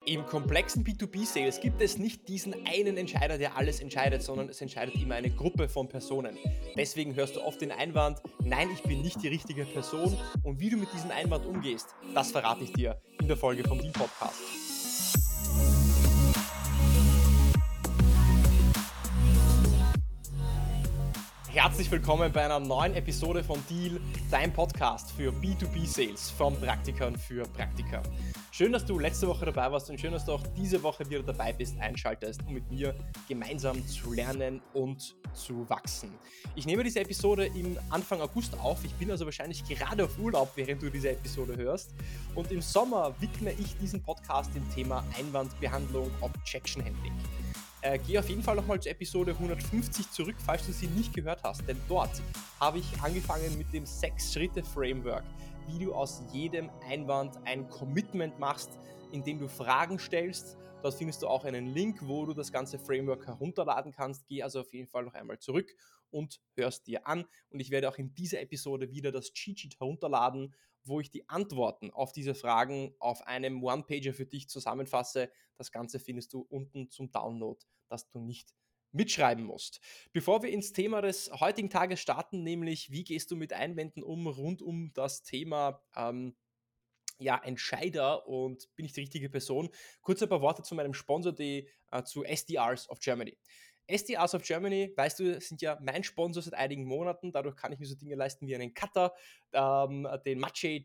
Im komplexen B2B-Sales gibt es nicht diesen einen Entscheider, der alles entscheidet, sondern es entscheidet immer eine Gruppe von Personen. Deswegen hörst du oft den Einwand, nein, ich bin nicht die richtige Person, und wie du mit diesem Einwand umgehst, das verrate ich dir in der Folge vom Deal Podcast. Herzlich willkommen bei einer neuen Episode von Deal, dein Podcast für B2B-Sales von Praktikern für Praktika. Schön, dass du letzte Woche dabei warst und schön, dass du auch diese Woche wieder dabei bist, einschaltest, um mit mir gemeinsam zu lernen und zu wachsen. Ich nehme diese Episode im Anfang August auf. Ich bin also wahrscheinlich gerade auf Urlaub, während du diese Episode hörst. Und im Sommer widme ich diesen Podcast dem Thema Einwandbehandlung, Objection Handling. Geh auf jeden Fall nochmal zur Episode 150 zurück, falls du sie nicht gehört hast, denn dort habe ich angefangen mit dem 6-Schritte-Framework, wie du aus jedem Einwand ein Commitment machst, indem du Fragen stellst. Dort findest du auch einen Link, wo du das ganze Framework herunterladen kannst. Geh also auf jeden Fall noch einmal zurück und hörst dir an. Und ich werde auch in dieser Episode wieder das Cheat Sheet herunterladen, wo ich die Antworten auf diese Fragen auf einem One-Pager für dich zusammenfasse. Das Ganze findest du unten zum Download, dass du nicht mitschreiben musst. Bevor wir ins Thema des heutigen Tages starten, nämlich wie gehst du mit Einwänden um rund um das Thema Entscheider und bin ich die richtige Person, kurz ein paar Worte zu meinem Sponsor, zu SDRs of Germany. SDRs of Germany, weißt du, sind ja mein Sponsor seit einigen Monaten. Dadurch kann ich mir so Dinge leisten wie einen Cutter, den Maciej,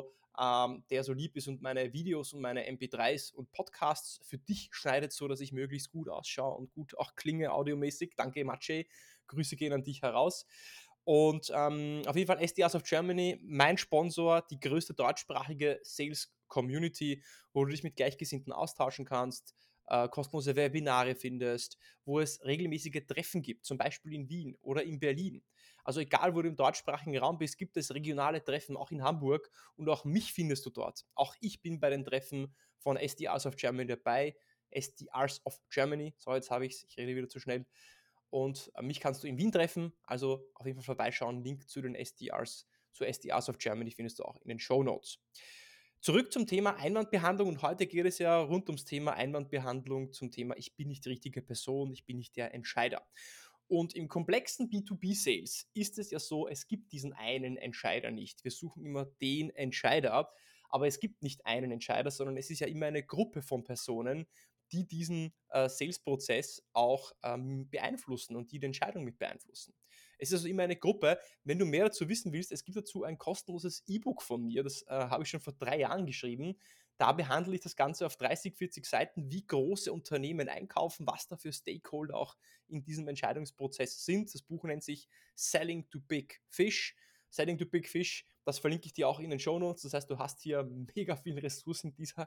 der so lieb ist und meine Videos und meine MP3s und Podcasts für dich schneidet, so dass ich möglichst gut ausschaue und gut auch klinge audiomäßig. Danke, Maciej. Grüße gehen an dich heraus. Und auf jeden Fall SDRs of Germany, mein Sponsor, die größte deutschsprachige Sales-Community, wo du dich mit Gleichgesinnten austauschen kannst, kostenlose Webinare findest, wo es regelmäßige Treffen gibt, zum Beispiel in Wien oder in Berlin. Also egal, wo du im deutschsprachigen Raum bist, gibt es regionale Treffen, auch in Hamburg, und auch mich findest du dort. Auch ich bin bei den Treffen von SDRs of Germany dabei. SDRs of Germany, so jetzt habe ich es, ich rede wieder zu schnell. Und mich kannst du in Wien treffen, also auf jeden Fall vorbeischauen. Link zu den SDRs, zu SDRs of Germany findest du auch in den Shownotes. Zurück zum Thema Einwandbehandlung, und heute geht es ja rund ums Thema Einwandbehandlung, zum Thema ich bin nicht die richtige Person, ich bin nicht der Entscheider. Und im komplexen B2B-Sales ist es ja so, es gibt diesen einen Entscheider nicht. Wir suchen immer den Entscheider, aber es gibt nicht einen Entscheider, sondern es ist ja immer eine Gruppe von Personen, die diesen Sales-Prozess auch beeinflussen und die die Entscheidung mit beeinflussen. Es ist also immer eine Gruppe. Wenn du mehr dazu wissen willst, es gibt dazu ein kostenloses E-Book von mir, das habe ich schon vor 3 Jahren geschrieben. Da behandle ich das Ganze auf 30, 40 Seiten, wie große Unternehmen einkaufen, was da für Stakeholder auch in diesem Entscheidungsprozess sind. Das Buch nennt sich Selling to Big Fish. Selling to Big Fish, das verlinke ich dir auch in den Shownotes. Das heißt, du hast hier mega viele Ressourcen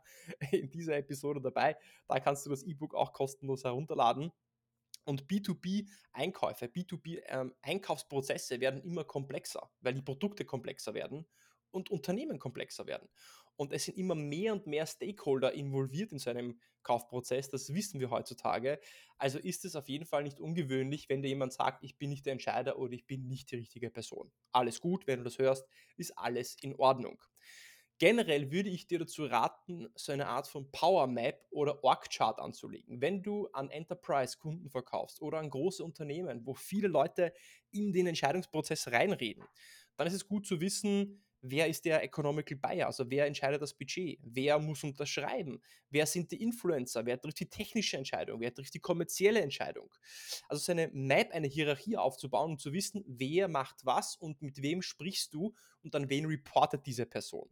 in dieser Episode dabei. Da kannst du das E-Book auch kostenlos herunterladen. Und B2B-Einkäufe, B2B-Einkaufsprozesse werden immer komplexer, weil die Produkte komplexer werden und Unternehmen komplexer werden. Und es sind immer mehr und mehr Stakeholder involviert in so einem Kaufprozess, das wissen wir heutzutage. Also ist es auf jeden Fall nicht ungewöhnlich, wenn dir jemand sagt, ich bin nicht der Entscheider oder ich bin nicht die richtige Person. Alles gut, wenn du das hörst, ist alles in Ordnung. Generell würde ich dir dazu raten, so eine Art von Power Map oder Org-Chart anzulegen. Wenn du an Enterprise-Kunden verkaufst oder an große Unternehmen, wo viele Leute in den Entscheidungsprozess reinreden, dann ist es gut zu wissen, wer ist der Economical Buyer, also wer entscheidet das Budget, wer muss unterschreiben, wer sind die Influencer, wer trifft die technische Entscheidung, wer trifft die kommerzielle Entscheidung. Also so eine Map, eine Hierarchie aufzubauen und zu wissen, wer macht was und mit wem sprichst du und an wen reportet diese Person.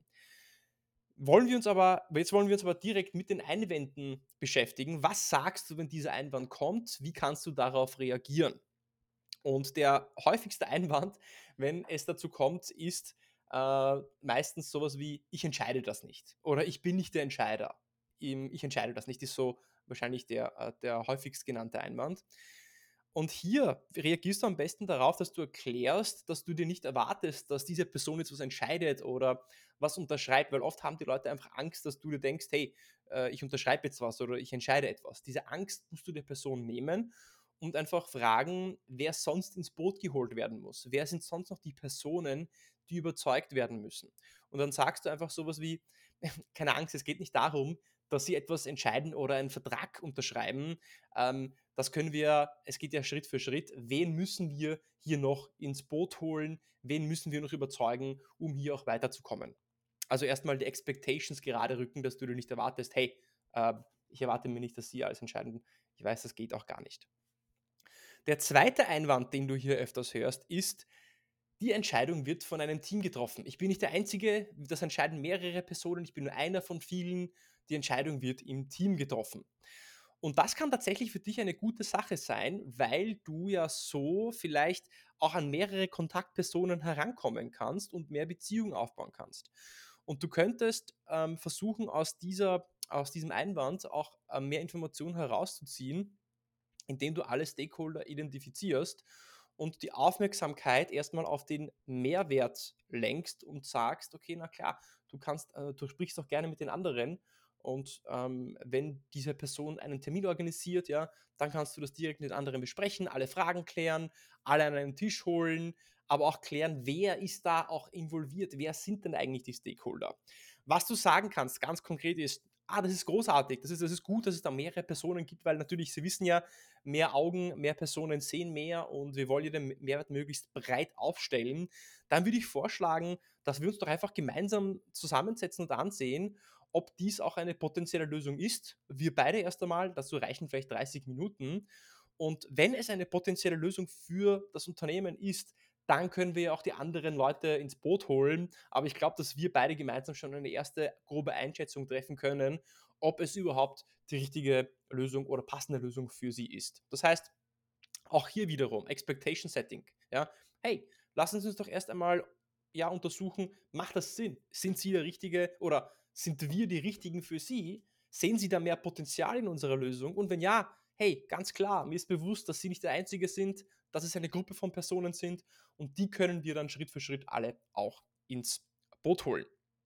Jetzt wollen wir uns aber direkt mit den Einwänden beschäftigen. Was sagst du, wenn dieser Einwand kommt? Wie kannst du darauf reagieren? Und der häufigste Einwand, wenn es dazu kommt, ist meistens sowas wie, ich entscheide das nicht. Oder ich bin nicht der Entscheider. Ich entscheide das nicht, ist so wahrscheinlich der häufigst genannte Einwand. Und hier reagierst du am besten darauf, dass du erklärst, dass du dir nicht erwartest, dass diese Person jetzt was entscheidet oder was unterschreibt, weil oft haben die Leute einfach Angst, dass du dir denkst, hey, ich unterschreibe jetzt was oder ich entscheide etwas. Diese Angst musst du der Person nehmen und einfach fragen, wer sonst ins Boot geholt werden muss. Wer sind sonst noch die Personen, die überzeugt werden müssen? Und dann sagst du einfach sowas wie, keine Angst, es geht nicht darum, dass sie etwas entscheiden oder einen Vertrag unterschreiben. Es geht ja Schritt für Schritt. Wen müssen wir hier noch ins Boot holen? Wen müssen wir noch überzeugen, um hier auch weiterzukommen? Also erstmal die Expectations gerade rücken, dass du dir nicht erwartest, hey, äh, ich erwarte mir nicht, dass sie alles entscheiden. Ich weiß, das geht auch gar nicht. Der zweite Einwand, den du hier öfters hörst, ist, die Entscheidung wird von einem Team getroffen. Ich bin nicht der Einzige, das entscheiden mehrere Personen, ich bin nur einer von vielen. Die Entscheidung wird im Team getroffen. Und das kann tatsächlich für dich eine gute Sache sein, weil du ja so vielleicht auch an mehrere Kontaktpersonen herankommen kannst und mehr Beziehungen aufbauen kannst. Und du könntest versuchen, aus diesem Einwand auch mehr Informationen herauszuziehen, indem du alle Stakeholder identifizierst und die Aufmerksamkeit erstmal auf den Mehrwert lenkst und sagst, okay, na klar, du sprichst auch gerne mit den anderen und wenn diese Person einen Termin organisiert, ja, dann kannst du das direkt mit den anderen besprechen, alle Fragen klären, alle an einen Tisch holen, aber auch klären, wer ist da auch involviert, wer sind denn eigentlich die Stakeholder. Was du sagen kannst, ganz konkret ist, das ist großartig, das ist gut, dass es da mehrere Personen gibt, weil natürlich, sie wissen ja, mehr Augen, mehr Personen sehen mehr und wir wollen ja den Mehrwert möglichst breit aufstellen, dann würde ich vorschlagen, dass wir uns doch einfach gemeinsam zusammensetzen und ansehen, ob dies auch eine potenzielle Lösung ist. Wir beide erst einmal, dazu reichen vielleicht 30 Minuten. Und wenn es eine potenzielle Lösung für das Unternehmen ist, dann können wir ja auch die anderen Leute ins Boot holen. Aber ich glaube, dass wir beide gemeinsam schon eine erste grobe Einschätzung treffen können, ob es überhaupt die richtige Lösung oder passende Lösung für sie ist. Das heißt, auch hier wiederum Expectation Setting. Ja, hey, lassen Sie uns doch erst einmal ja untersuchen, macht das Sinn? Sind Sie der Richtige oder sind wir die Richtigen für Sie? Sehen Sie da mehr Potenzial in unserer Lösung? Und wenn ja, hey, ganz klar, mir ist bewusst, dass Sie nicht der Einzige sind, dass es eine Gruppe von Personen sind und die können wir dann Schritt für Schritt alle auch ins Boot holen.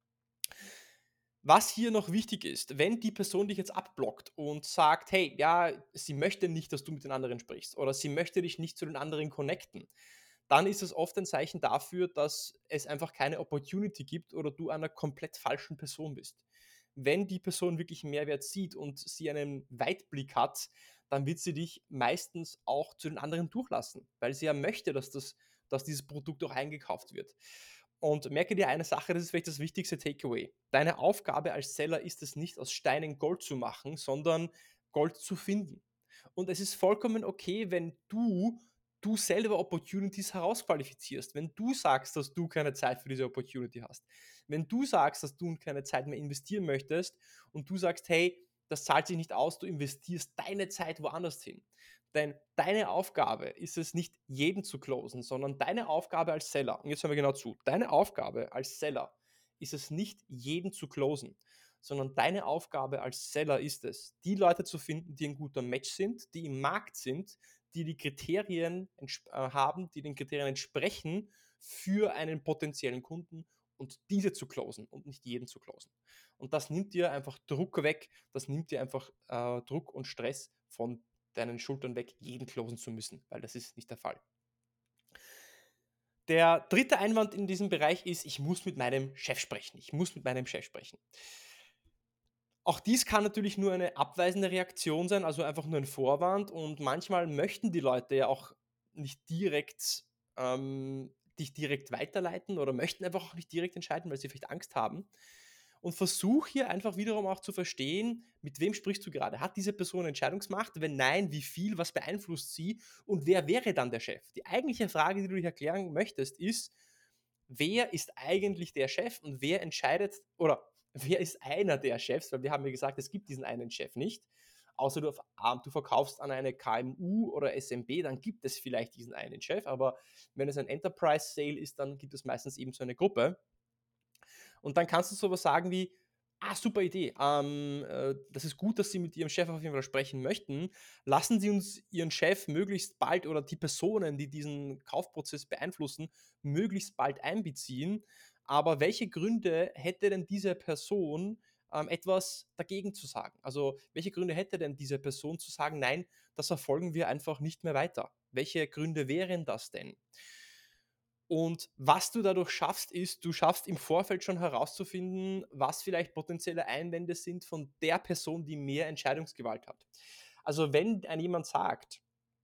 Was hier noch wichtig ist, wenn die Person dich jetzt abblockt und sagt, hey, ja, sie möchte nicht, dass du mit den anderen sprichst oder sie möchte dich nicht zu den anderen connecten, dann ist es oft ein Zeichen dafür, dass es einfach keine Opportunity gibt oder du einer komplett falschen Person bist. Wenn die Person wirklich einen Mehrwert sieht und sie einen Weitblick hat, dann wird sie dich meistens auch zu den anderen durchlassen, weil sie ja möchte, dass dieses Produkt auch eingekauft wird. Und merke dir eine Sache, das ist vielleicht das wichtigste Takeaway. Deine Aufgabe als Seller ist es nicht, aus Steinen Gold zu machen, sondern Gold zu finden. Und es ist vollkommen okay, wenn du selber Opportunities herausqualifizierst. Wenn du sagst, dass du keine Zeit für diese Opportunity hast. Wenn du sagst, dass du keine Zeit mehr investieren möchtest und du sagst, hey, das zahlt sich nicht aus, du investierst deine Zeit woanders hin. Denn deine Aufgabe ist es nicht, jeden zu closen, sondern deine Aufgabe als Seller, und jetzt hören wir genau zu, deine Aufgabe als Seller ist es nicht, jeden zu closen, sondern deine Aufgabe als Seller ist es, die Leute zu finden, die ein guter Match sind, die im Markt sind, die die Kriterien haben, die den Kriterien entsprechen für einen potenziellen Kunden und diese zu closen und nicht jeden zu closen. Und das nimmt dir einfach Druck weg, das nimmt dir einfach Druck und Stress von deinen Schultern weg, jeden closen zu müssen, weil das ist nicht der Fall. Der dritte Einwand in diesem Bereich ist, ich muss mit meinem Chef sprechen. Ich muss mit meinem Chef sprechen. Auch dies kann natürlich nur eine abweisende Reaktion sein, also einfach nur ein Vorwand. Und manchmal möchten die Leute ja auch nicht direkt dich direkt weiterleiten oder möchten einfach auch nicht direkt entscheiden, weil sie vielleicht Angst haben. Und versuch hier einfach wiederum auch zu verstehen, mit wem sprichst du gerade? Hat diese Person Entscheidungsmacht? Wenn nein, wie viel? Was beeinflusst sie? Und wer wäre dann der Chef? Die eigentliche Frage, die du dich erklären möchtest, ist, wer ist eigentlich der Chef und wer entscheidet oder wer ist einer der Chefs? Weil wir haben ja gesagt, es gibt diesen einen Chef nicht. Außer du verkaufst an eine KMU oder SMB, dann gibt es vielleicht diesen einen Chef. Aber wenn es ein Enterprise Sale ist, dann gibt es meistens eben so eine Gruppe. Und dann kannst du sowas sagen wie, super Idee. Das ist gut, dass Sie mit Ihrem Chef auf jeden Fall sprechen möchten. Lassen Sie uns Ihren Chef möglichst bald oder die Personen, die diesen Kaufprozess beeinflussen, möglichst bald einbeziehen. Aber welche Gründe hätte denn diese Person, etwas dagegen zu sagen? Also, welche Gründe hätte denn diese Person zu sagen, nein, das verfolgen wir einfach nicht mehr weiter? Welche Gründe wären das denn? Und was du dadurch schaffst, ist, du schaffst im Vorfeld schon herauszufinden, was vielleicht potenzielle Einwände sind von der Person, die mehr Entscheidungsgewalt hat. Also wenn ein jemand sagt,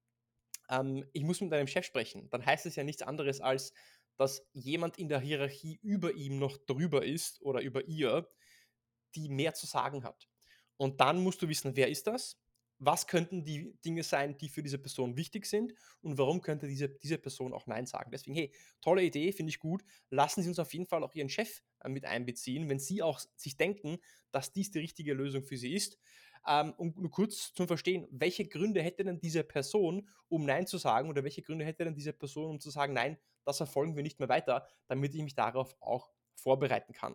ich muss mit deinem Chef sprechen, dann heißt es ja nichts anderes als, dass jemand in der Hierarchie über ihm noch drüber ist oder über ihr, die mehr zu sagen hat. Und dann musst du wissen, wer ist das? Was könnten die Dinge sein, die für diese Person wichtig sind? Und warum könnte diese Person auch Nein sagen? Deswegen, hey, tolle Idee, finde ich gut. Lassen Sie uns auf jeden Fall auch Ihren Chef mit einbeziehen, wenn Sie auch sich denken, dass dies die richtige Lösung für Sie ist. Und nur kurz zum Verstehen, welche Gründe hätte denn diese Person, um Nein zu sagen, oder welche Gründe hätte denn diese Person, um zu sagen, nein, das verfolgen wir nicht mehr weiter, damit ich mich darauf auch vorbereiten kann.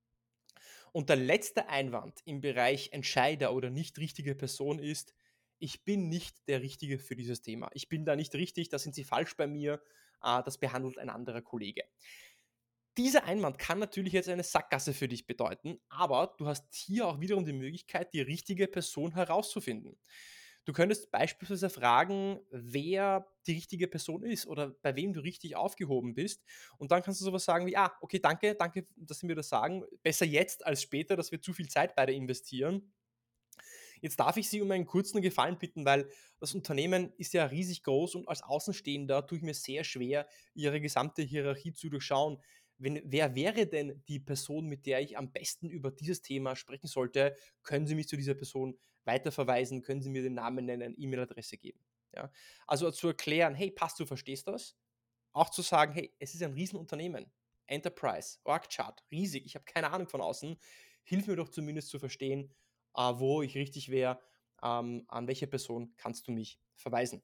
Und der letzte Einwand im Bereich Entscheider oder nicht richtige Person ist, ich bin nicht der Richtige für dieses Thema. Ich bin da nicht richtig, da sind Sie falsch bei mir, das behandelt ein anderer Kollege. Dieser Einwand kann natürlich jetzt eine Sackgasse für dich bedeuten, aber du hast hier auch wiederum die Möglichkeit, die richtige Person herauszufinden. Du könntest beispielsweise fragen, wer die richtige Person ist oder bei wem du richtig aufgehoben bist. Und dann kannst du sowas sagen wie, okay, danke, danke, dass Sie mir das sagen. Besser jetzt als später, dass wir zu viel Zeit beide investieren. Jetzt darf ich Sie um einen kurzen Gefallen bitten, weil das Unternehmen ist ja riesig groß und als Außenstehender tue ich mir sehr schwer, Ihre gesamte Hierarchie zu durchschauen. Wer wäre denn die Person, mit der ich am besten über dieses Thema sprechen sollte? Können Sie mich zu dieser Person weiterverweisen? Können Sie mir den Namen nennen, E-Mail-Adresse geben? Ja? Also zu erklären, hey, passt, du verstehst das? Auch zu sagen, hey, es ist ein Riesenunternehmen. Enterprise, Org-Chart, riesig, ich habe keine Ahnung von außen. Hilf mir doch zumindest zu verstehen, wo ich richtig wäre, an welche Person kannst du mich verweisen.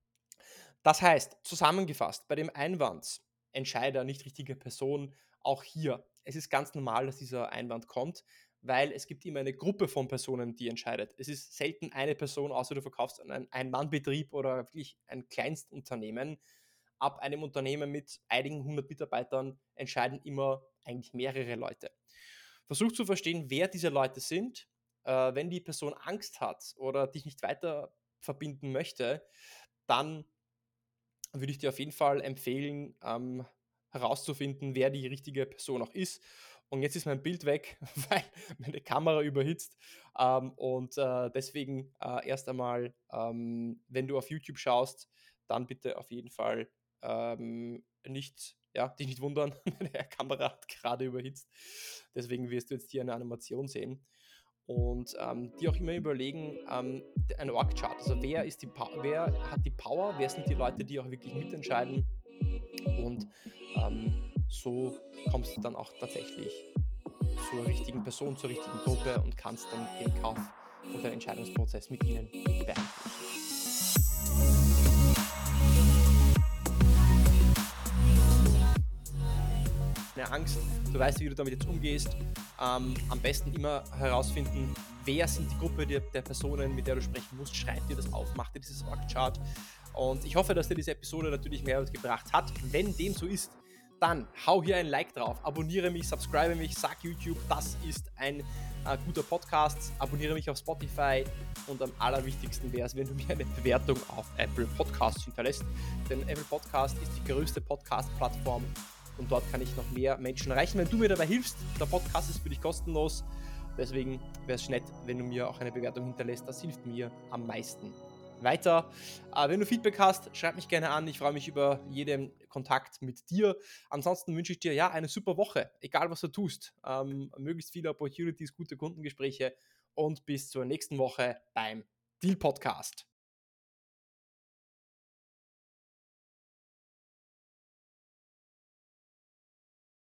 Das heißt, zusammengefasst, bei dem Einwand, Entscheider, nicht richtige Person, auch hier, es ist ganz normal, dass dieser Einwand kommt, weil es gibt immer eine Gruppe von Personen, die entscheidet. Es ist selten eine Person, außer du verkaufst einen Ein-Mann-Betrieb oder wirklich ein Kleinstunternehmen. Ab einem Unternehmen mit einigen hundert Mitarbeitern entscheiden immer eigentlich mehrere Leute. Versuch zu verstehen, wer diese Leute sind. Wenn die Person Angst hat oder dich nicht weiter verbinden möchte, dann würde ich dir auf jeden Fall empfehlen, herauszufinden, wer die richtige Person auch ist. Und jetzt ist mein Bild weg, weil meine Kamera überhitzt. Deswegen erst einmal, wenn du auf YouTube schaust, dann bitte auf jeden Fall dich nicht wundern, meine Kamera hat gerade überhitzt. Deswegen wirst du jetzt hier eine Animation sehen und die auch immer überlegen, ein Org-Chart, also wer hat die Power, wer sind die Leute, die auch wirklich mitentscheiden und so kommst du dann auch tatsächlich zur richtigen Person, zur richtigen Gruppe und kannst dann den Kauf und den Entscheidungsprozess mit ihnen mit beeinflussen. Keine Angst, du weißt, wie du damit jetzt umgehst. Am besten immer herausfinden, wer sind die Gruppe der Personen, mit der du sprechen musst. Schreib dir das auf, mach dir dieses Org-Chart. Und ich hoffe, dass dir diese Episode natürlich Mehrwert gebracht hat. Wenn dem so ist, dann hau hier ein Like drauf, abonniere mich, subscribe mich, sag YouTube, das ist ein guter Podcast, abonniere mich auf Spotify und am allerwichtigsten wäre es, wenn du mir eine Bewertung auf Apple Podcasts hinterlässt, denn Apple Podcast ist die größte Podcast-Plattform und dort kann ich noch mehr Menschen erreichen, wenn du mir dabei hilfst. Der Podcast ist für dich kostenlos, deswegen wäre es nett, wenn du mir auch eine Bewertung hinterlässt, das hilft mir am meisten weiter. Wenn du Feedback hast, schreib mich gerne an. Ich freue mich über jeden Kontakt mit dir. Ansonsten wünsche ich dir eine super Woche, egal was du tust. Möglichst viele Opportunities, gute Kundengespräche und bis zur nächsten Woche beim Deal Podcast.